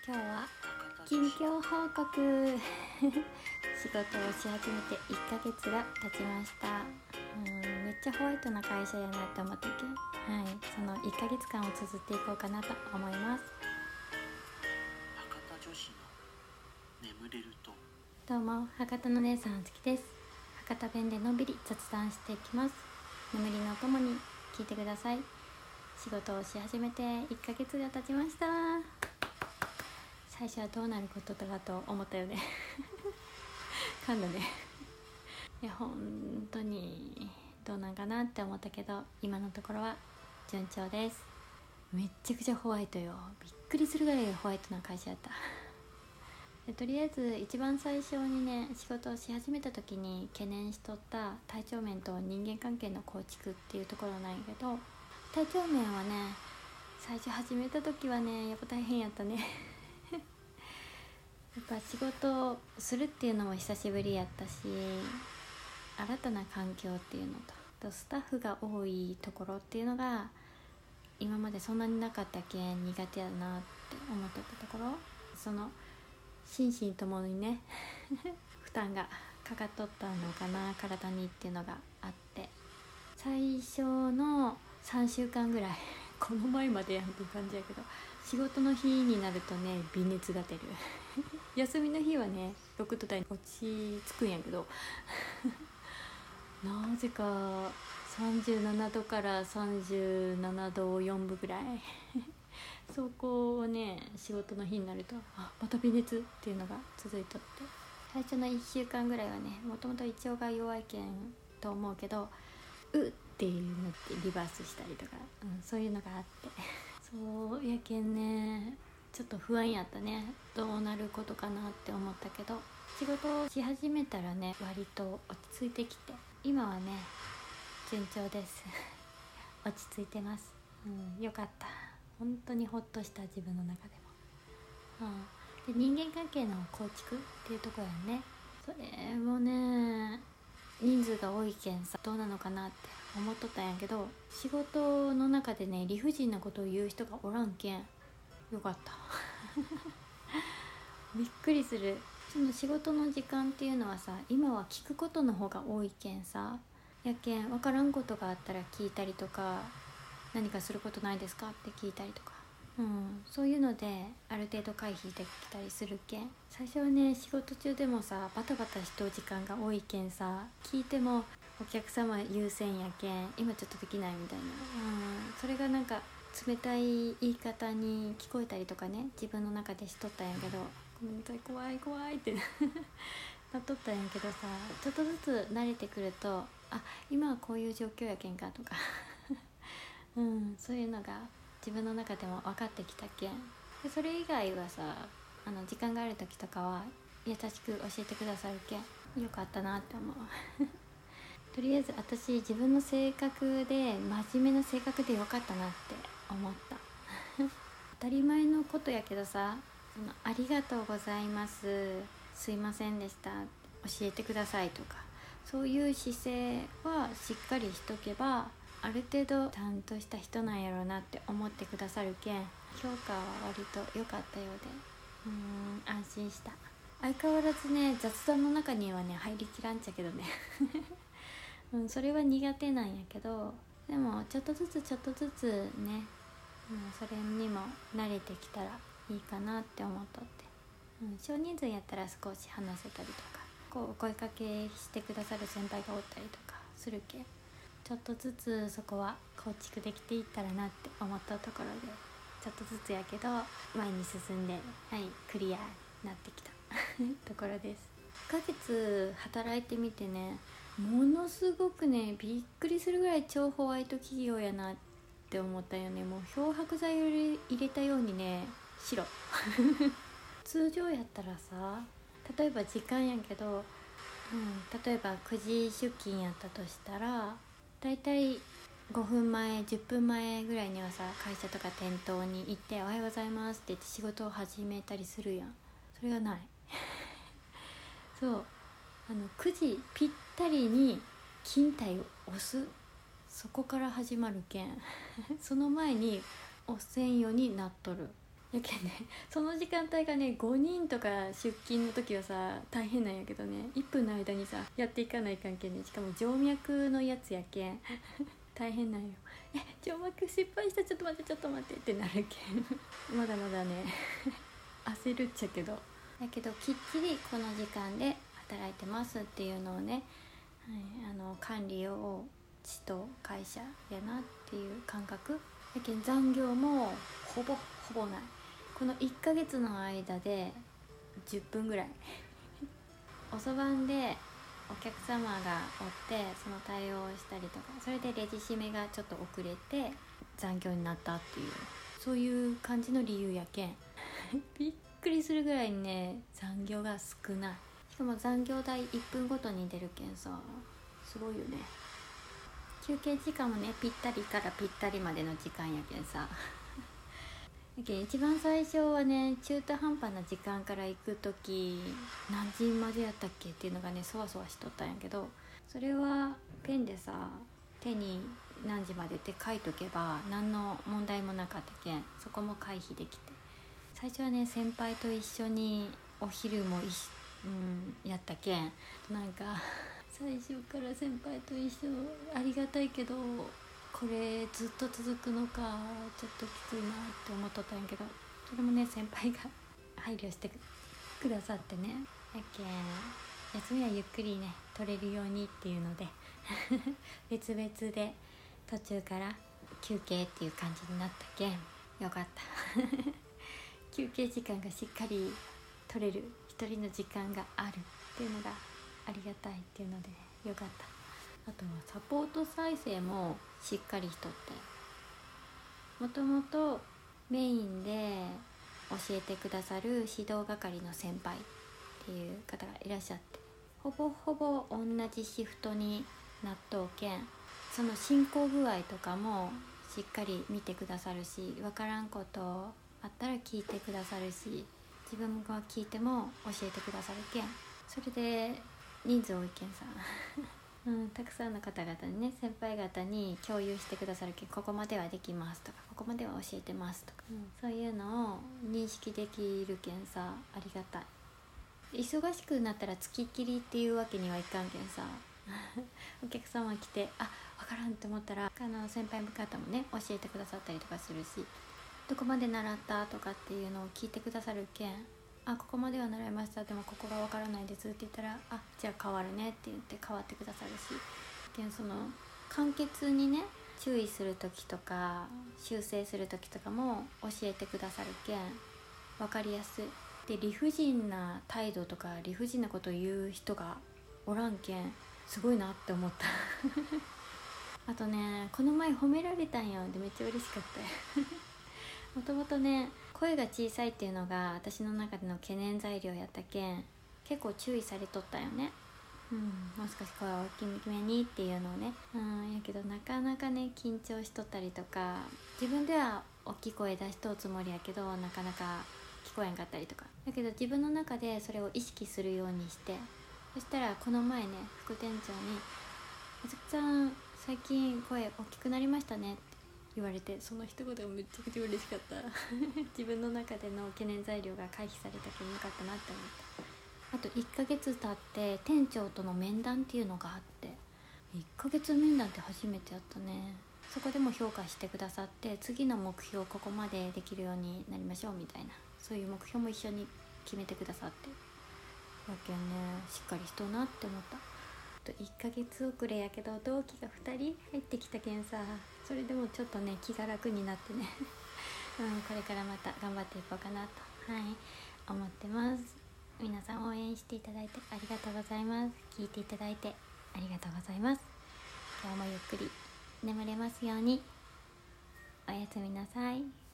今日は近況報告仕事をし始めて1ヶ月が経ちました。めっちゃホワイトな会社やなって思ったけん、その1ヶ月間を綴っていこうかなと思います。 博多女子の眠れると。 どうも、博多の姉さんあつきです。博多弁でのんびり雑談していきます。眠りのともに聞いてください。仕事をし始めて1ヶ月が経ちました。最初はどうなることだと思ったよね噛んだねいや本当にどうなんかなって思ったけど、今のところは順調です。めっちゃくちゃホワイトよ。びっくりするぐらいホワイトな会社やったで、とりあえず一番最初にね、仕事をし始めた時に懸念しとった体調面と人間関係の構築っていうところなんやけど、体調面はね、最初始めた時はね、やっぱ大変やったねやっぱ仕事をするっていうのも久しぶりやったし、新たな環境っていうのとスタッフが多いところっていうのが今までそんなになかったけん苦手やなって思ってたところ、その心身ともにね負担がかかっとったのかな、体にっていうのがあって、最初の3週間ぐらいこの前までやんっていう感じやけど、仕事の日になるとね、微熱が出る休みの日はね、6度台に落ち着くんやけどなぜか37度から37度4分ぐらいそこをね、仕事の日になるとまた微熱っていうのが続いとって、最初の1週間ぐらいはね、もともと胃腸が弱いけんと思うけど、っていうのってリバースしたりとか、そういうのがあってそうやけんね、ちょっと不安やったね。どうなることかなって思ったけど、仕事をし始めたらね、割と落ち着いてきて、今はね順調です落ち着いてます。よかった。本当にほっとした、自分の中でも。で、人間関係の構築っていうところやね。それもね、人数が多いけんさ、どうなのかなって思っとったんやけど、仕事の中でね、理不尽なことを言う人がおらんけんよかったびっくりする。その仕事の時間っていうのはさ、今は聞くことの方が多いけんさ、やけん分からんことがあったら聞いたりとか、何かすることないですかって聞いたりとか、そういうのである程度回避できたりするけん、最初はね、仕事中でもさ、バタバタしとう時間が多いけんさ、聞いてもお客様優先やけん今ちょっとできないみたいな、それがなんか冷たい言い方に聞こえたりとかね、自分の中でしとったんやけど、怖い怖いってなっとったんやけどさ、ちょっとずつ慣れてくると、今はこういう状況やけんかとかそういうのが自分の中でも分かってきたけん、でそれ以外はさ、時間がある時とかは優しく教えてくださるけんよかったなって思うとりあえず私、自分の性格で真面目な性格でよかったなって思った当たり前のことやけどさ、ありがとうございます、すいませんでした、教えてくださいとか、そういう姿勢はしっかりしとけば、ある程度ちゃんとした人なんやろうなって思ってくださるけん、評価は割と良かったようで、安心した。相変わらずね、雑談の中にはね入りきらんちゃけどねそれは苦手なんやけど、でもちょっとずつね、それにも慣れてきたらいいかなって思っとって、少人数やったら少し話せたりとか、こうお声かけしてくださる先輩がおったりとかするけん、ちょっとずつそこは構築できていったらなって思ったところで、ちょっとずつやけど前に進んで、クリアになってきたところです。1ヶ月働いてみてね、ものすごくね、びっくりするぐらい超ホワイト企業やなって思ったよね。もう漂白剤を入れたようにね、白通常やったらさ、例えば時間やけど、例えば9時出勤やったとしたら、だいたい5分前10分前ぐらいにはさ、会社とか店頭に行っておはようございますって言って仕事を始めたりするやん。それがないそう9時ぴったりに勤怠を押す、そこから始まるけんその前に押せんようになっとる。 やけんね、その時間帯がね5人とか出勤の時はさ大変なんやけどね、1分の間にさやっていかない関係ね。しかも静脈のやつやけん大変なんよ。静脈失敗した、ちょっと待ってってなるけんまだまだね焦るっちゃけど、だけどきっちりこの時間で働いてますっていうのをね、管理をちと会社やなっていう感覚やけん、残業もほぼない。この1ヶ月の間で10分ぐらい遅番でお客様がおってその対応をしたりとか、それでレジ締めがちょっと遅れて残業になったっていう、そういう感じの理由やけんびっくりするぐらいにね残業が少ない。しかも残業代1分ごとに出るけんさ、すごいよね。休憩時間もねぴったりからぴったりまでの時間やけんさ一番最初はね中途半端な時間から行く時何時までやったっけっていうのがねそわそわしとったんやけど、それはペンでさ手に何時までって書いとけば何の問題もなかったけん、そこも回避できて、最初はね先輩と一緒にお昼もやったけん、なんか最初から先輩と一緒ありがたいけどこれずっと続くのかちょっときついなって思っとったんやけど、それもね先輩が配慮してくださってね、やけん休みはゆっくりね取れるようにっていうので別々で途中から休憩っていう感じになったけんよかった休憩時間がしっかり取れる一人の時間があるっていうのがありがたいっていうのでよかった。あとはサポート再生もしっかりしとって、もともとメインで教えてくださる指導係の先輩っていう方がいらっしゃって、ほぼ同じシフトになっとうけん、その進行具合とかもしっかり見てくださるし、分からんことあったら聞いてくださるし、自分が聞いても教えてくださるけん、それで人数多いけんさたくさんの方々にね先輩方に共有してくださるけん、ここまではできますとかここまでは教えてますとか、そういうのを認識できるけんさありがたい。忙しくなったらつきっきりっていうわけにはいかんけんさお客様来て分からんって思ったら先輩方もね教えてくださったりとかするし、どこまで習ったとかっていうのを聞いてくださるけん、ここまでは習いました、でもここがわからないですって言ったらじゃあ変わるねって言って変わってくださるし、その簡潔にね注意する時とか修正する時とかも教えてくださるけん分かりやすい。で理不尽な態度とか理不尽なことを言う人がおらんけんすごいなって思ったあとねこの前褒められたんよ。でめっちゃ嬉しかったよもともとね声が小さいっていうのが私の中での懸念材料やったけん結構注意されとったよね。もう少し声を大きめにっていうのをね、やけどなかなかね緊張しとったりとか、自分では大きい声出しとうつもりやけどなかなか聞こえんかったりとか、だけど自分の中でそれを意識するようにして、そしたらこの前ね副店長に「あずきさん最近声大きくなりましたね」って言われて、その一言がめちゃくちゃ嬉しかった自分の中での懸念材料が回避されたけどよかったなって思った。あと1ヶ月経って店長との面談っていうのがあって、1ヶ月面談って初めてやったね。そこでも評価してくださって、次の目標ここまでできるようになりましょうみたいな、そういう目標も一緒に決めてくださって、だけんねしっかりしとうなって思った。あと1ヶ月遅れやけど同期が2人入ってきたけんさ、それでもちょっとね気が楽になってねこれからまた頑張っていこうかなと思ってます。皆さん応援していただいてありがとうございます。聞いていただいてありがとうございます。今日もゆっくり眠れますように。おやすみなさい。